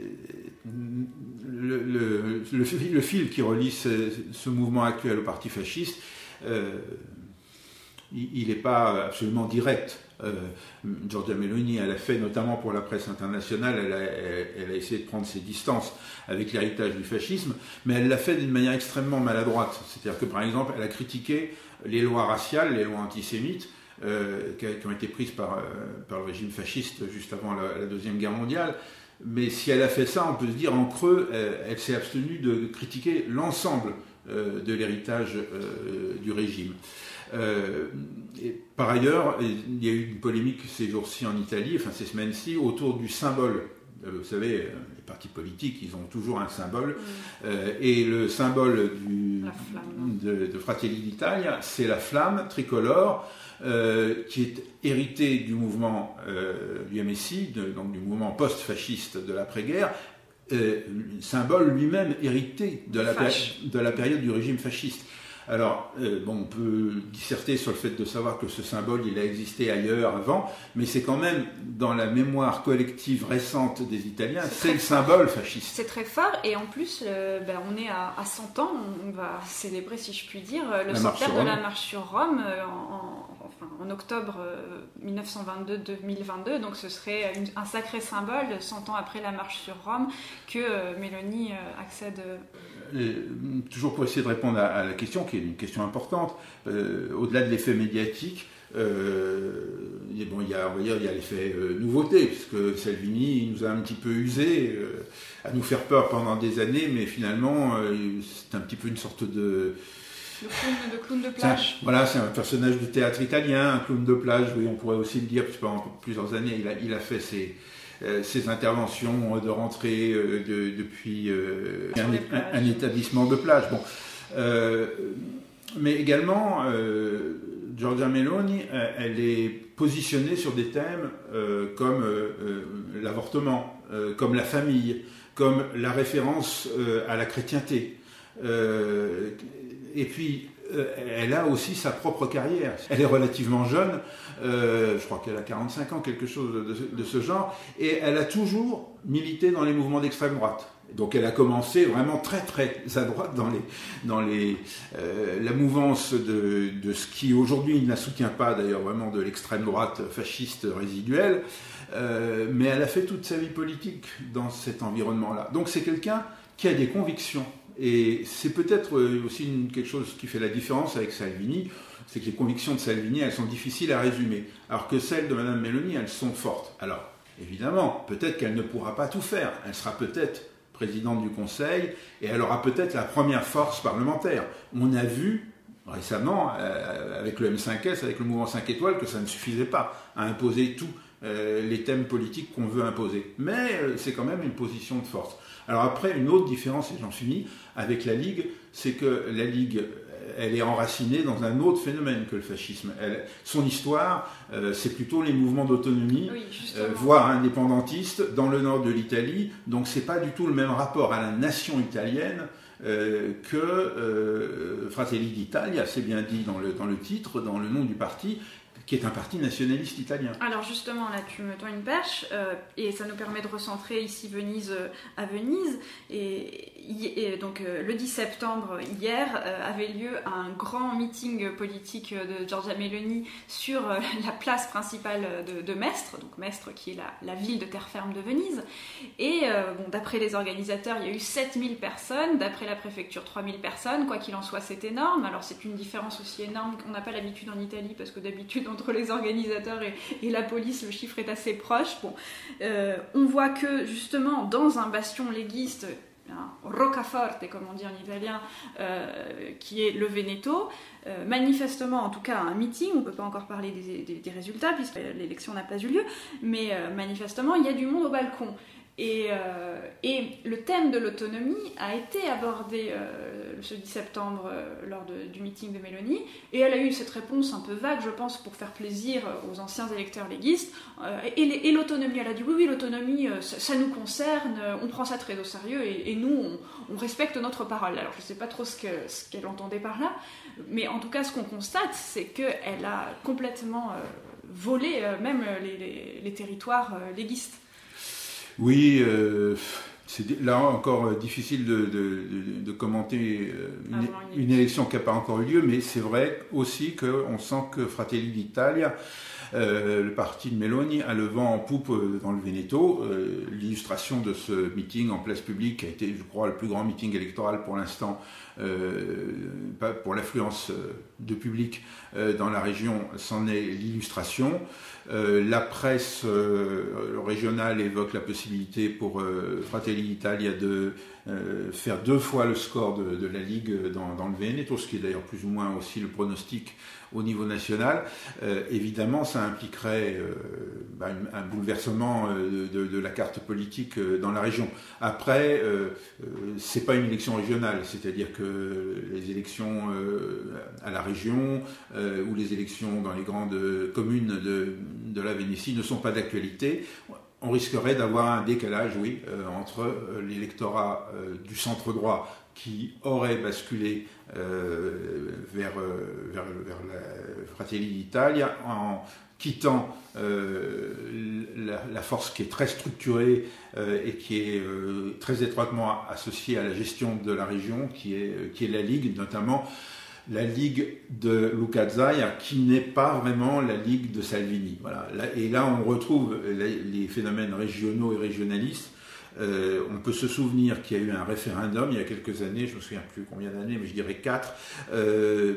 le, le, le, fil, le fil qui relie ce, ce mouvement actuel au parti fasciste, euh, il n'est pas absolument direct. Euh, Giorgia Meloni, elle a fait, notamment pour la presse internationale, elle a, elle, elle a essayé de prendre ses distances avec l'héritage du fascisme, mais elle l'a fait d'une manière extrêmement maladroite. C'est-à-dire que, par exemple, elle a critiqué les lois raciales, les lois antisémites, euh, qui, qui ont été prises par, euh, par le régime fasciste juste avant la, la Deuxième Guerre mondiale. Mais si elle a fait ça, on peut se dire, en creux, elle, elle s'est abstenue de critiquer l'ensemble euh, de l'héritage euh, du régime. Euh, et par ailleurs, il y a eu une polémique ces jours-ci en Italie, enfin ces semaines-ci, autour du symbole. Euh, vous savez, les partis politiques, ils ont toujours un symbole. Mmh. Euh, et le symbole du, de, de Fratelli d'Italia, c'est la flamme tricolore, euh, qui est héritée du mouvement euh, du M S I, de, donc du mouvement post-fasciste de l'après-guerre, euh, symbole lui-même hérité de la, de la période du régime fasciste. Alors, euh, bon, on peut disserter sur le fait de savoir que ce symbole, il a existé ailleurs avant, mais c'est quand même dans la mémoire collective récente des Italiens, c'est, c'est le symbole fasciste. C'est très fort, et en plus, euh, ben, on est à, à cent ans, on va célébrer, si je puis dire, le centenaire de la marche sur Rome euh, en, en, enfin, en octobre euh, mille neuf cent vingt-deux deux mille vingt-deux, donc ce serait une, un sacré symbole, cent ans après la marche sur Rome, que euh, Meloni euh, accède... Euh, Et, toujours pour essayer de répondre à, à la question, qui est une question importante, euh, au-delà de l'effet médiatique, euh, et bon, il y a, on va dire, il y a l'effet euh, nouveauté, puisque Salvini il nous a un petit peu usé euh, à nous faire peur pendant des années, mais finalement, euh, c'est un petit peu une sorte de... Le clown de, clown de plage. Un, voilà, c'est un personnage de théâtre italien, un clown de plage, oui, on pourrait aussi le dire, puisque pendant plusieurs années, il a, il a fait ses... Euh, ces interventions de rentrée euh, de, depuis euh, un, un, un établissement de plage. Bon. Euh, mais également, euh, Giorgia Meloni, elle est positionnée sur des thèmes euh, comme euh, l'avortement, euh, comme la famille, comme la référence euh, à la chrétienté. Euh, et puis, elle a aussi sa propre carrière. Elle est relativement jeune, euh, je crois qu'elle a quarante-cinq ans, quelque chose de, de ce genre, et elle a toujours milité dans les mouvements d'extrême droite. Donc elle a commencé vraiment très très à droite dans, les, dans les, euh, la mouvance de, de ce qui aujourd'hui ne la soutient pas d'ailleurs vraiment de l'extrême droite fasciste résiduelle, euh, mais elle a fait toute sa vie politique dans cet environnement-là. Donc c'est quelqu'un qui a des convictions. Et c'est peut-être aussi une, quelque chose qui fait la différence avec Salvini, c'est que les convictions de Salvini, elles sont difficiles à résumer, alors que celles de Mme Meloni, elles sont fortes. Alors, évidemment, peut-être qu'elle ne pourra pas tout faire. Elle sera peut-être présidente du Conseil et elle aura peut-être la première force parlementaire. On a vu récemment, euh, avec le M cinq S, avec le mouvement cinq étoiles, que ça ne suffisait pas à imposer tous euh, les thèmes politiques qu'on veut imposer. Mais euh, c'est quand même une position de force. Alors après, une autre différence, et j'en finis, avec la Ligue, c'est que la Ligue, elle est enracinée dans un autre phénomène que le fascisme. Elle, son histoire, euh, c'est plutôt les mouvements d'autonomie, oui, euh, voire indépendantistes, dans le nord de l'Italie. Donc c'est pas du tout le même rapport à la nation italienne euh, que euh, Fratelli d'Italia, c'est bien dit dans le, dans le titre, dans le nom du parti, qui est un parti nationaliste italien. Alors justement, là tu me tends une perche, euh, et ça nous permet de recentrer ici Venise euh, à Venise. Et, et donc euh, le dix septembre, hier, euh, avait lieu un grand meeting politique de Giorgia Meloni sur euh, la place principale de, de Mestre, donc Mestre qui est la, la ville de terre ferme de Venise. Et euh, bon, d'après les organisateurs, il y a eu sept mille personnes, d'après la préfecture trois mille personnes, quoi qu'il en soit c'est énorme. Alors c'est une différence aussi énorme qu'on n'a pas l'habitude en Italie, parce que d'habitude entre les organisateurs et, et la police, le chiffre est assez proche. Bon, euh, on voit que justement dans un bastion léguiste, un roccaforte, comme on dit en italien, euh, qui est le Veneto, euh, manifestement, en tout cas un meeting, on ne peut pas encore parler des, des, des résultats puisque l'élection n'a pas eu lieu, mais euh, manifestement il y a du monde au balcon. Et, euh, et le thème de l'autonomie a été abordé euh, ce dix septembre euh, lors de, du meeting de Meloni, et elle a eu cette réponse un peu vague, je pense, pour faire plaisir aux anciens électeurs léguistes. Euh, et, et l'autonomie, elle a dit oui, oui, l'autonomie, ça, ça nous concerne, on prend ça très au sérieux, et, et nous, on, on respecte notre parole. Alors, je ne sais pas trop ce, que, ce qu'elle entendait par là, mais en tout cas, ce qu'on constate, c'est qu'elle a complètement euh, volé euh, même les, les, les territoires euh, léguistes. Oui, euh, c'est là encore difficile de, de, de, de commenter une, une élection qui n'a pas encore eu lieu, mais c'est vrai aussi qu'on sent que Fratelli d'Italia, euh, le parti de Meloni, a le vent en poupe dans le Veneto. Euh, l'illustration de ce meeting en place publique, qui a été, je crois, le plus grand meeting électoral pour l'instant, euh, pour l'affluence de public euh, dans la région, c'en est l'illustration. Euh, la presse euh, régionale évoque la possibilité pour euh, Fratelli d'Italia de euh, faire deux fois le score de, de la Ligue dans, dans le Veneto, ce qui est d'ailleurs plus ou moins aussi le pronostic au niveau national. Euh, évidemment, ça impliquerait euh, bah, un, un bouleversement euh, de, de la carte politique euh, dans la région. Après, euh, euh, c'est pas une élection régionale, c'est-à-dire que les élections euh, à la région euh, ou les élections dans les grandes communes de, de la Vénétie ne sont pas d'actualité. On risquerait d'avoir un décalage, oui, euh, entre euh, l'électorat euh, du centre droit qui aurait basculé euh, vers, euh, vers, vers la Fratelli d'Italia en quittant euh, la, la force qui est très structurée euh, et qui est euh, très étroitement associée à la gestion de la région, qui est, qui est la Ligue, notamment la Ligue de Luca Zaia, qui n'est pas vraiment la Ligue de Salvini. Voilà. Et là, on retrouve les phénomènes régionaux et régionalistes. Euh, on peut se souvenir qu'il y a eu un référendum il y a quelques années, je ne me souviens plus combien d'années, mais je dirais quatre, euh,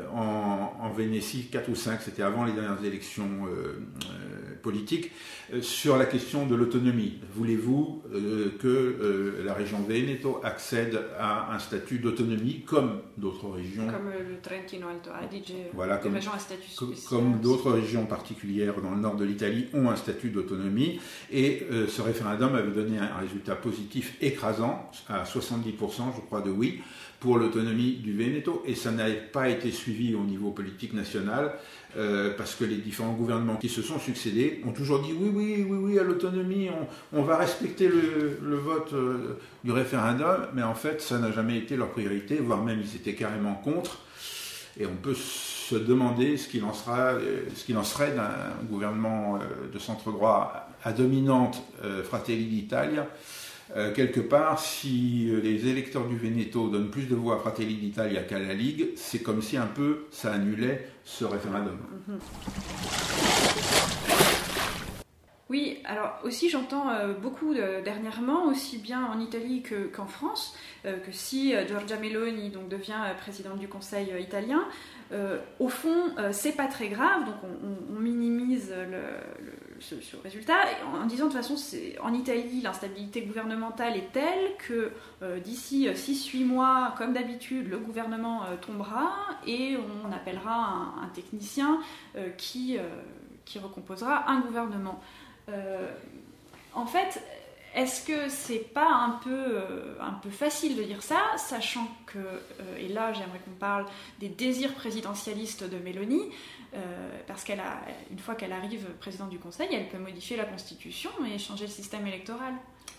en, en Vénétie, quatre ou cinq, c'était avant les dernières élections euh, euh, politiques, euh, sur la question de l'autonomie. Voulez-vous euh, que euh, la région Veneto accède à un statut d'autonomie comme d'autres régions, comme le Trentino Alto Adige, voilà, comme, régions à statut spécial, comme d'autres régions particulières dans le nord de l'Italie ont un statut d'autonomie, et euh, ce référendum avait donné un résultat positif écrasant, à soixante-dix pour cent je crois de oui, pour l'autonomie du Veneto, et ça n'a pas été suivi au niveau politique national, euh, parce que les différents gouvernements qui se sont succédés ont toujours dit oui, oui, oui, oui, à l'autonomie, on, on va respecter le, le vote euh, du référendum, mais en fait ça n'a jamais été leur priorité, voire même ils étaient carrément contre, et on peut se demander ce qu'il en sera, ce qu'il en serait d'un gouvernement de centre-droit à dominante euh, Fratelli d'Italia, euh, quelque part, si les électeurs du Veneto donnent plus de voix à Fratelli d'Italia qu'à la Ligue, c'est comme si un peu ça annulait ce référendum. Oui, alors aussi j'entends euh, beaucoup de, dernièrement, aussi bien en Italie que, qu'en France, euh, que si euh, Giorgia Meloni donc, devient euh, présidente du Conseil euh, italien, euh, au fond euh, c'est pas très grave, donc on, on minimise le, le, ce, ce résultat en, en disant de toute façon c'est, en Italie l'instabilité gouvernementale est telle que euh, d'ici six huit mois, comme d'habitude, le gouvernement euh, tombera et on appellera un, un technicien euh, qui, euh, qui recomposera un gouvernement. Euh, en fait, est-ce que c'est pas un peu, euh, un peu facile de dire ça, sachant que, euh, et là j'aimerais qu'on parle des désirs présidentialistes de Meloni, euh, parce qu'elle a, une fois qu'elle arrive présidente du Conseil, elle peut modifier la Constitution et changer le système électoral.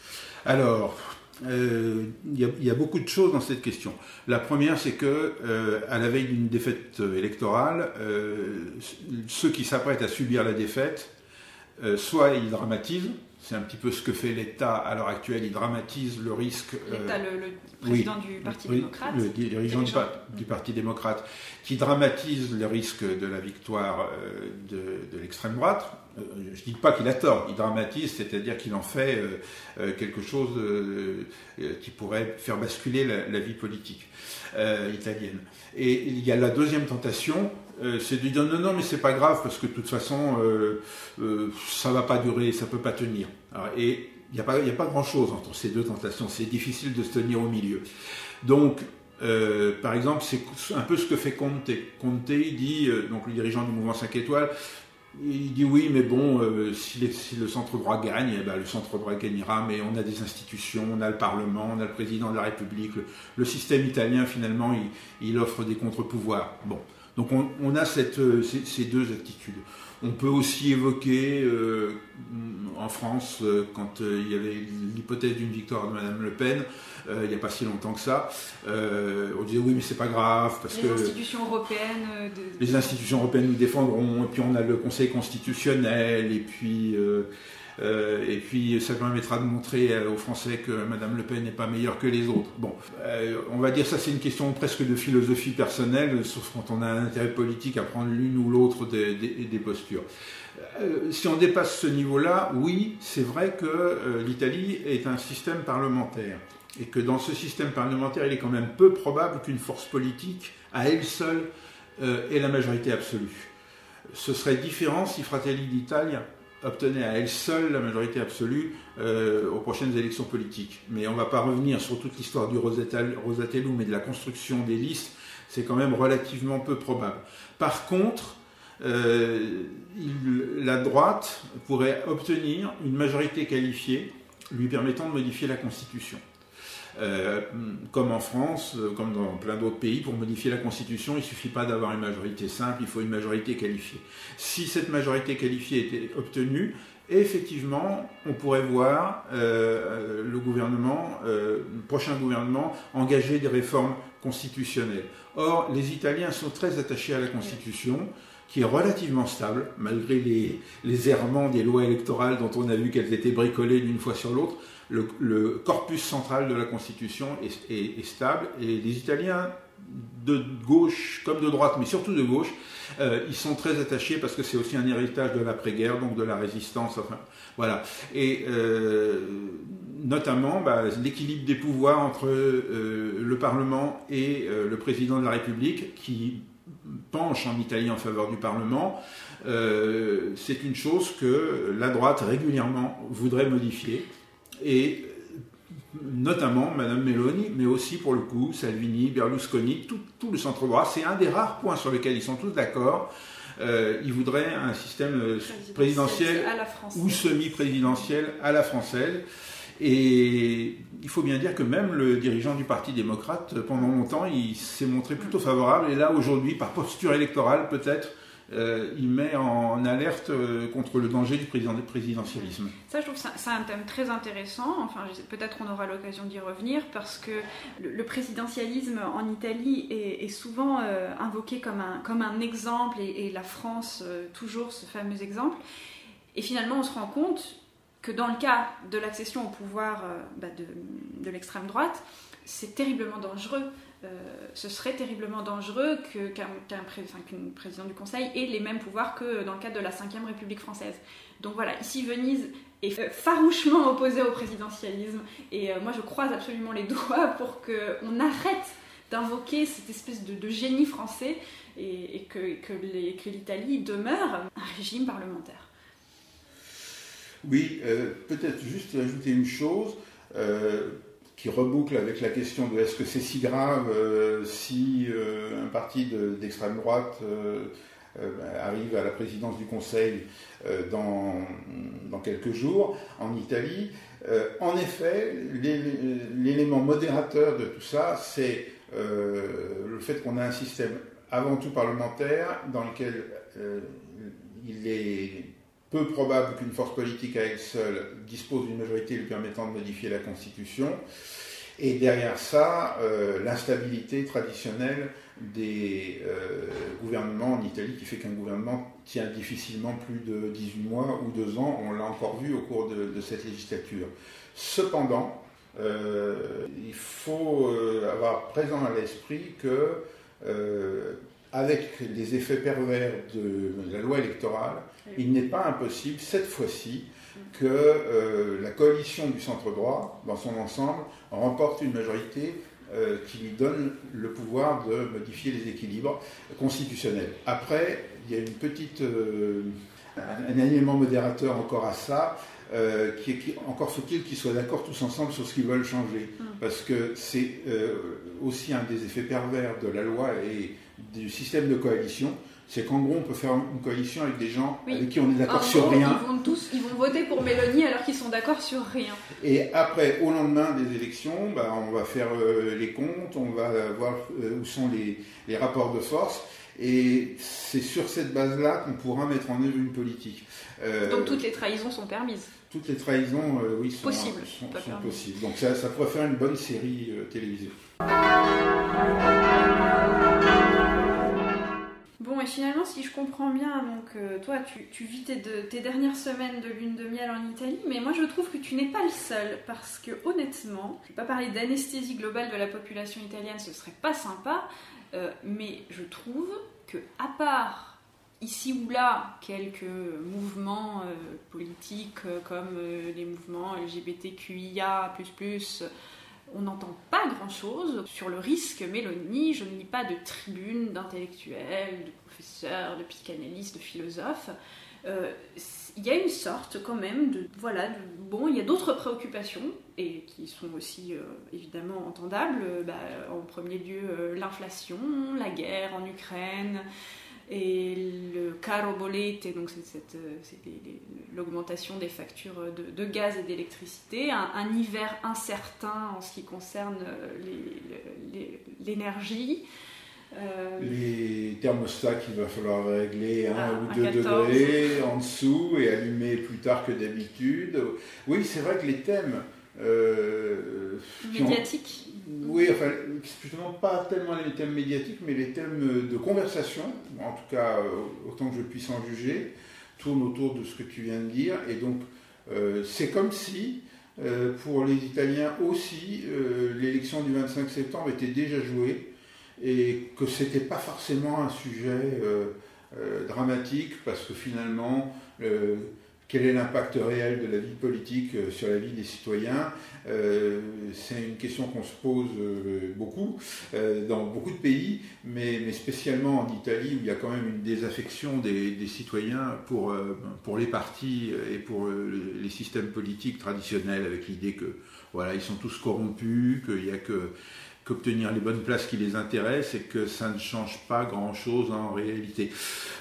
Alors, il euh, y, y a beaucoup de choses dans cette question. La première, c'est que euh, à la veille d'une défaite électorale, euh, ceux qui s'apprêtent à subir la défaite, Euh, soit il dramatise, c'est un petit peu ce que fait l'État à l'heure actuelle, il dramatise le risque... L'État, euh, le, le président oui, du Parti oui, démocrate. Le dirigeant du, du Parti démocrate, qui dramatise le risque de la victoire euh, de, de l'extrême droite. Euh, je ne dis pas qu'il a tort, il dramatise, c'est-à-dire qu'il en fait euh, euh, quelque chose euh, euh, qui pourrait faire basculer la, la vie politique euh, italienne. Et il y a la deuxième tentation, Euh, c'est de dire non, non, mais c'est pas grave parce que de toute façon, euh, euh, ça va pas durer, ça peut pas tenir. Alors, et il n'y a pas, il y a pas grand-chose entre ces deux tentations. C'est difficile de se tenir au milieu. Donc, euh, par exemple, c'est un peu ce que fait Conte. Conte, il dit, euh, donc le dirigeant du mouvement cinq étoiles, il dit oui, mais bon, euh, si, les, si le centre-droit gagne, eh ben, le centre-droit gagnera, mais on a des institutions, on a le Parlement, on a le président de la République. Le, le système italien, finalement, il, il offre des contre-pouvoirs. Bon. Donc on, on a cette, ces, ces deux attitudes. On peut aussi évoquer euh, en France, euh, quand euh, il y avait l'hypothèse d'une victoire de Madame Le Pen, euh, il n'y a pas si longtemps que ça, euh, on disait oui mais c'est pas grave parce les que les institutions européennes, de... les institutions européennes nous défendront, et puis on a le Conseil constitutionnel, et puis euh, Euh, et puis ça permettra de montrer aux Français que Madame Le Pen n'est pas meilleure que les autres. Bon, euh, on va dire ça c'est une question presque de philosophie personnelle, sauf quand on a un intérêt politique à prendre l'une ou l'autre des, des, des postures. Euh, si on dépasse ce niveau-là, oui, c'est vrai que euh, l'Italie est un système parlementaire. Et que dans ce système parlementaire, il est quand même peu probable qu'une force politique, à elle seule, euh, ait la majorité absolue. Ce serait différent si Fratelli d'Italia obtenait à elle seule la majorité absolue euh, aux prochaines élections politiques. Mais on ne va pas revenir sur toute l'histoire du Rosatellum et de la construction des listes, c'est quand même relativement peu probable. Par contre, euh, il, la droite pourrait obtenir une majorité qualifiée lui permettant de modifier la Constitution. Euh, comme en France, comme dans plein d'autres pays, pour modifier la Constitution, il ne suffit pas d'avoir une majorité simple, il faut une majorité qualifiée. Si cette majorité qualifiée était obtenue, effectivement, on pourrait voir euh, le gouvernement, euh, le prochain gouvernement, engager des réformes constitutionnelles. Or, les Italiens sont très attachés à la Constitution, qui est relativement stable, malgré les, les errements des lois électorales dont on a vu qu'elles étaient bricolées d'une fois sur l'autre. Le, le corpus central de la Constitution est, est, est stable, et les Italiens, de gauche comme de droite, mais surtout de gauche, euh, ils sont très attachés parce que c'est aussi un héritage de l'après-guerre, donc de la résistance, enfin, voilà. Et euh, notamment, bah, l'équilibre des pouvoirs entre euh, le Parlement et euh, le président de la République, qui penche en Italie en faveur du Parlement, euh, c'est une chose que la droite régulièrement voudrait modifier. Et notamment Madame Meloni, mais aussi pour le coup Salvini, Berlusconi, tout, tout le centre-droit. C'est un des rares points sur lesquels ils sont tous d'accord. Euh, ils voudraient un système présidentiel ou semi-présidentiel à la française. Et il faut bien dire que même le dirigeant du Parti démocrate, pendant longtemps, il s'est montré plutôt favorable. Et là, aujourd'hui, par posture électorale, peut-être, Euh, il met en alerte euh, contre le danger du présidentialisme. Ça, je trouve que c'est un thème très intéressant. Enfin, peut-être on aura l'occasion d'y revenir parce que le, le présidentialisme en Italie est, est souvent euh, invoqué comme un, comme un exemple et, et la France, euh, toujours ce fameux exemple. Et finalement, on se rend compte que dans le cas de l'accession au pouvoir euh, bah de, de l'extrême droite, c'est terriblement dangereux euh, ce serait terriblement dangereux que, qu'un, qu'un pré, enfin, qu'une présidente du Conseil ait les mêmes pouvoirs que dans le cadre de la cinquième République française. Donc voilà, ici Venise est farouchement opposée au présidentialisme et euh, moi je croise absolument les doigts pour qu'on arrête d'invoquer cette espèce de, de génie français et, et que, que, les, que l'Italie demeure un régime parlementaire. Oui, euh, peut-être juste ajouter une chose euh, qui reboucle avec la question de est-ce que c'est si grave euh, si euh, un parti de, d'extrême droite euh, euh, arrive à la présidence du Conseil euh, dans, dans quelques jours en Italie. Euh, en effet, l'élément modérateur de tout ça, c'est euh, le fait qu'on a un système avant tout parlementaire dans lequel euh, il est peu probable qu'une force politique à elle seule dispose d'une majorité lui permettant de modifier la Constitution. Et derrière ça, euh, l'instabilité traditionnelle des euh, gouvernements en Italie, qui fait qu'un gouvernement tient difficilement plus de dix-huit mois ou deux ans. On l'a encore vu au cours de, de cette législature. Cependant, euh, il faut euh, avoir présent à l'esprit que, euh, avec les effets pervers de, de la loi électorale, il n'est pas impossible, cette fois-ci, que euh, la coalition du centre-droit, dans son ensemble, remporte une majorité euh, qui lui donne le pouvoir de modifier les équilibres constitutionnels. Après, il y a une petite, euh, un, un élément modérateur encore à ça, euh, qui est, qui, encore faut-il qu'ils soient d'accord tous ensemble sur ce qu'ils veulent changer. Mm. Parce que c'est euh, aussi un des effets pervers de la loi et du système de coalition, c'est qu'en gros, on peut faire une coalition avec des gens oui. avec qui on est d'accord en sur gros, rien. Ils vont, tous, ils vont voter pour Mélanie alors qu'ils sont d'accord sur rien. Et après, au lendemain des élections, bah, on va faire euh, les comptes, on va voir euh, où sont les, les rapports de force. Et c'est sur cette base-là qu'on pourra mettre en œuvre une politique. Euh, Donc toutes les trahisons sont permises. Toutes les trahisons, euh, oui, sont, possibles, sont, sont possibles. Donc ça, ça pourrait faire une bonne série euh, télévisée. Bon, et finalement, si je comprends bien, donc euh, toi, tu, tu vis tes, de, tes dernières semaines de lune de miel en Italie, mais moi je trouve que tu n'es pas le seul, parce que honnêtement, je ne vais pas parler d'anesthésie globale de la population italienne, ce serait pas sympa, euh, mais je trouve que, à part ici ou là quelques mouvements euh, politiques euh, comme euh, les mouvements L G B T Q I A plus plus, on n'entend pas grand-chose sur le risque Mélanie. Je ne lis pas de tribunes d'intellectuels, de professeurs, de psychanalystes, de philosophes. Euh, il y a une sorte quand même de... Voilà, de, bon, il y a d'autres préoccupations, et qui sont aussi euh, évidemment entendables. Euh, bah, en premier lieu, euh, l'inflation, la guerre en Ukraine, et le caro bollette, donc c'est, cette, c'est les, les, l'augmentation des factures de, de gaz et d'électricité, un, un hiver incertain en ce qui concerne les, les, l'énergie. Euh, les thermostats qu'il va falloir régler un ah, ou deux degrés en dessous et allumer plus tard que d'habitude. Oui, c'est vrai que les thèmes... Euh, médiatiques. Ont, oui, enfin, justement pas tellement les thèmes médiatiques, mais les thèmes de conversation, en tout cas autant que je puisse en juger, tournent autour de ce que tu viens de dire. Et donc, euh, c'est comme si, euh, pour les Italiens aussi, euh, l'élection du vingt-cinq septembre était déjà jouée et que c'était pas forcément un sujet euh, euh, dramatique, parce que finalement... Euh, Quel est l'impact réel de la vie politique sur la vie des citoyens ? euh, C'est une question qu'on se pose euh, beaucoup euh, dans beaucoup de pays, mais, mais spécialement en Italie, où il y a quand même une désaffection des, des citoyens pour, euh, pour les partis et pour euh, les systèmes politiques traditionnels, avec l'idée que voilà, ils sont tous corrompus, qu'il n'y a que qu'obtenir les bonnes places qui les intéressent et que ça ne change pas grand-chose en réalité.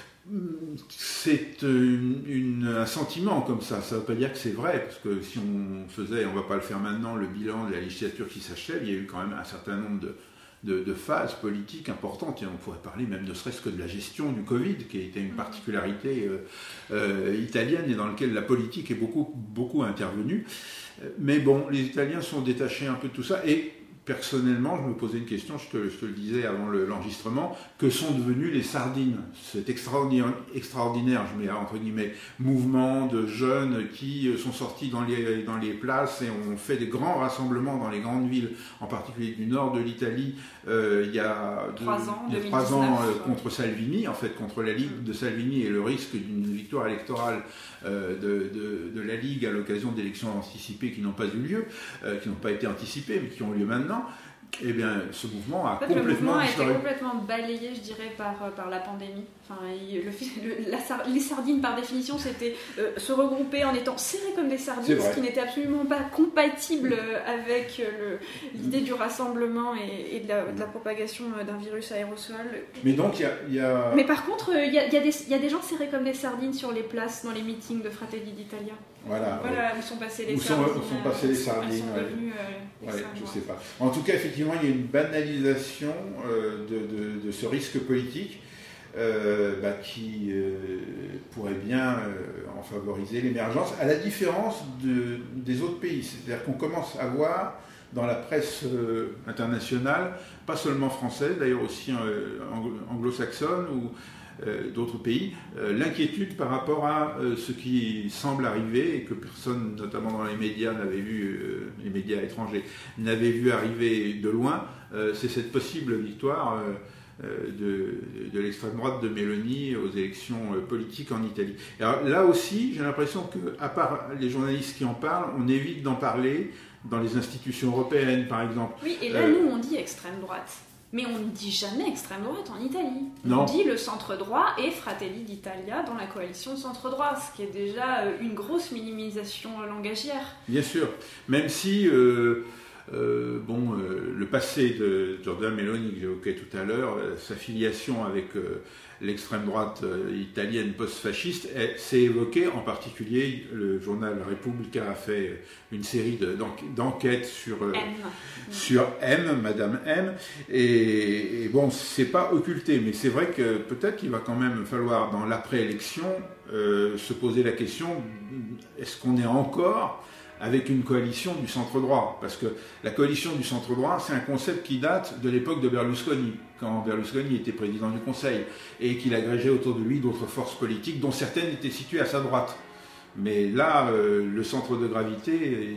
C'est une, une, un sentiment comme ça, ça ne veut pas dire que c'est vrai, parce que si on faisait, on ne va pas le faire maintenant, le bilan de la législature qui s'achève, il y a eu quand même un certain nombre de, de, de phases politiques importantes, et on pourrait parler même ne serait-ce que de la gestion du Covid, qui a été une particularité euh, euh, italienne et dans laquelle la politique est beaucoup, beaucoup intervenue. Mais bon, les Italiens sont détachés un peu de tout ça, et personnellement, je me posais une question, je te, je te le disais avant le, l'enregistrement, que sont devenues les sardines? Cet extraordinaire, extraordinaire, je mets entre guillemets, mouvement de jeunes qui sont sortis dans les, dans les places et ont fait des grands rassemblements dans les grandes villes, en particulier du nord de l'Italie, euh, il y a trois ans, il y a trois ans euh, contre Salvini, en fait, contre la Ligue de Salvini et le risque d'une victoire électorale euh, de, de, de la Ligue à l'occasion d'élections anticipées qui n'ont pas eu lieu, euh, qui n'ont pas été anticipées, mais qui ont lieu maintenant. Eh bien, ce mouvement a en fait, complètement le mouvement a été disparu. complètement balayé, je dirais, par, par la pandémie. Enfin, il, le, le, la, les sardines, par définition, c'était euh, se regrouper en étant serrés comme des sardines, ce qui n'était absolument pas compatible avec euh, le, l'idée du rassemblement et, et de, la, de la propagation d'un virus aérosol. Mais donc, il y a, y a... Mais par contre, il y a, y, a y a des gens serrés comme des sardines sur les places, dans les meetings de Fratelli d'Italia. Voilà, voilà ouais. Où sont passées les où sardines. Où sont passées les sardines, sont ouais. devenues, euh, ouais, je sais pas. En tout cas, effectivement, il y a une banalisation euh, de, de, de ce risque politique euh, bah, qui euh, pourrait bien euh, en favoriser l'émergence, à la différence de, des autres pays. C'est-à-dire qu'on commence à voir dans la presse euh, internationale, pas seulement française, d'ailleurs aussi euh, anglo-saxonne ou Euh, d'autres pays, euh, l'inquiétude par rapport à euh, ce qui semble arriver et que personne, notamment dans les médias, n'avait vu, euh, les médias étrangers, n'avait vu arriver de loin, euh, c'est cette possible victoire euh, de, de l'extrême droite de Meloni aux élections euh, politiques en Italie. Alors là aussi, j'ai l'impression qu'à part les journalistes qui en parlent, on évite d'en parler dans les institutions européennes, par exemple. Oui, et là, euh, nous, on dit extrême droite. Mais on ne dit jamais extrême droite en Italie. Non. On dit le centre-droit et Fratelli d'Italia dans la coalition centre-droit, ce qui est déjà une grosse minimisation langagière. Bien sûr, même si euh, euh, bon, euh, le passé de Giorgia Meloni que j'évoquais tout à l'heure, euh, sa filiation avec euh, l'extrême droite euh, italienne post-fasciste, s'est évoqué, en particulier le journal Repubblica a fait une série de, d'enquêtes sur, euh, M. sur M, Madame M, et, et bon, c'est pas occulté, mais c'est vrai que peut-être qu'il va quand même falloir, dans l'après-élection, euh, se poser la question, est-ce qu'on est encore avec une coalition du centre-droit? Parce que la coalition du centre-droit, c'est un concept qui date de l'époque de Berlusconi, quand Berlusconi était président du Conseil, et qu'il agrégeait autour de lui d'autres forces politiques, dont certaines étaient situées à sa droite. Mais là, euh, le centre de gravité,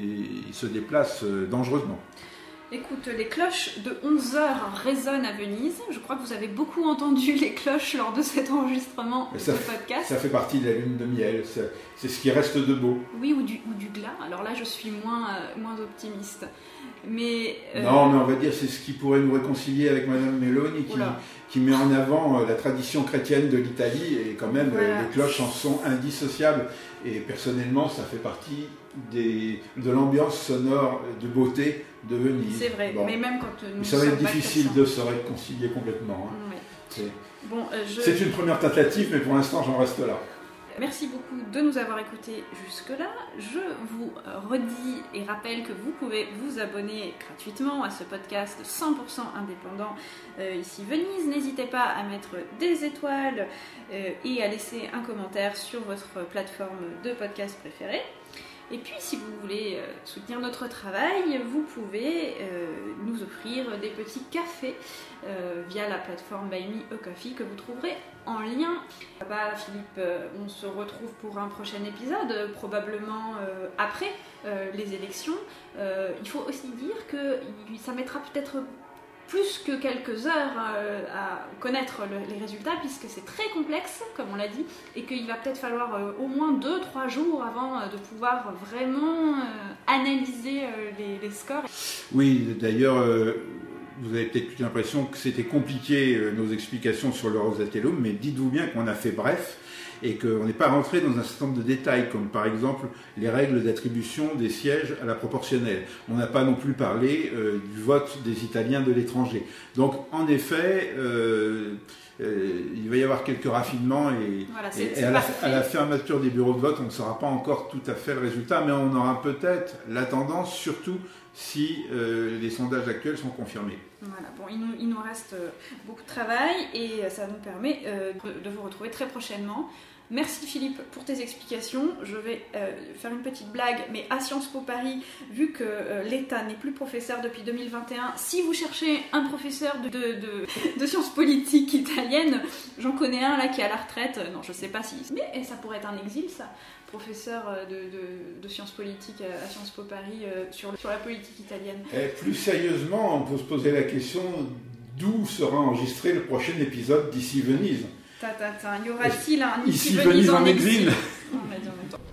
il se déplace euh, dangereusement. Écoute, les cloches de onze heures résonnent à Venise. Je crois que vous avez beaucoup entendu les cloches lors de cet enregistrement de ça, podcast. Ça fait partie de la lune de miel, c'est, c'est ce qui reste de beau. Oui, ou du, ou du glas. Alors là, je suis moins, euh, moins optimiste. Mais, euh... Non, mais on va dire c'est ce qui pourrait nous réconcilier avec Madame Meloni, qui, qui met en avant euh, la tradition chrétienne de l'Italie, et quand même, voilà. euh, les cloches en sont indissociables. Et personnellement, ça fait partie des, de l'ambiance sonore de beauté de Venise. C'est vrai, bon. Mais même quand nous mais ça va être difficile de se réconcilier complètement. Hein. Oui. C'est, bon, euh, je... c'est une première tentative, mais pour l'instant, j'en reste là. Merci beaucoup de nous avoir écoutés jusque-là. Je vous redis et rappelle que vous pouvez vous abonner gratuitement à ce podcast cent pour cent indépendant euh, ici Venise. N'hésitez pas à mettre des étoiles euh, et à laisser un commentaire sur votre plateforme de podcast préférée. Et puis, si vous voulez euh, soutenir notre travail, vous pouvez euh, nous offrir des petits cafés euh, via la plateforme Buy Me a Coffee que vous trouverez en lien. Bah, Philippe, euh, on se retrouve pour un prochain épisode, probablement euh, après euh, les élections. Euh, il faut aussi dire que ça mettra peut-être plus que quelques heures euh, à connaître le, les résultats, puisque c'est très complexe, comme on l'a dit, et qu'il va peut-être falloir euh, au moins deux trois jours avant euh, de pouvoir vraiment euh, analyser euh, les, les scores. Oui, d'ailleurs, euh, vous avez peut-être eu l'impression que c'était compliqué, euh, nos explications sur le Rosatellum, mais dites-vous bien qu'on a fait bref, et qu'on n'est pas rentré dans un certain nombre de détails, comme par exemple les règles d'attribution des sièges à la proportionnelle. On n'a pas non plus parlé euh, du vote des Italiens de l'étranger. Donc, en effet, euh, euh, il va y avoir quelques raffinements, et, voilà, c'est, et, c'est et à, la, à la fermeture des bureaux de vote, on ne saura pas encore tout à fait le résultat, mais on aura peut-être la tendance, surtout si euh, les sondages actuels sont confirmés. Voilà, bon, il nous, il nous reste beaucoup de travail, et ça nous permet euh, de, de vous retrouver très prochainement Merci Philippe pour tes explications. Je vais euh, faire une petite blague, mais à Sciences Po Paris, vu que euh, l'État n'est plus professeur depuis deux mille vingt et un, si vous cherchez un professeur de, de, de, de sciences politiques italiennes, j'en connais un là qui est à la retraite. Non, je sais pas si... Mais ça pourrait être un exil, ça. Professeur de, de, de sciences politiques à Sciences Po Paris euh, sur, sur la politique italienne. Et plus sérieusement, on peut se poser la question d'où sera enregistré le prochain épisode d'Ici Venise. Ta, ta, ta. Y aura-t-il un Ici Venise en exil? On l'a dit en même temps.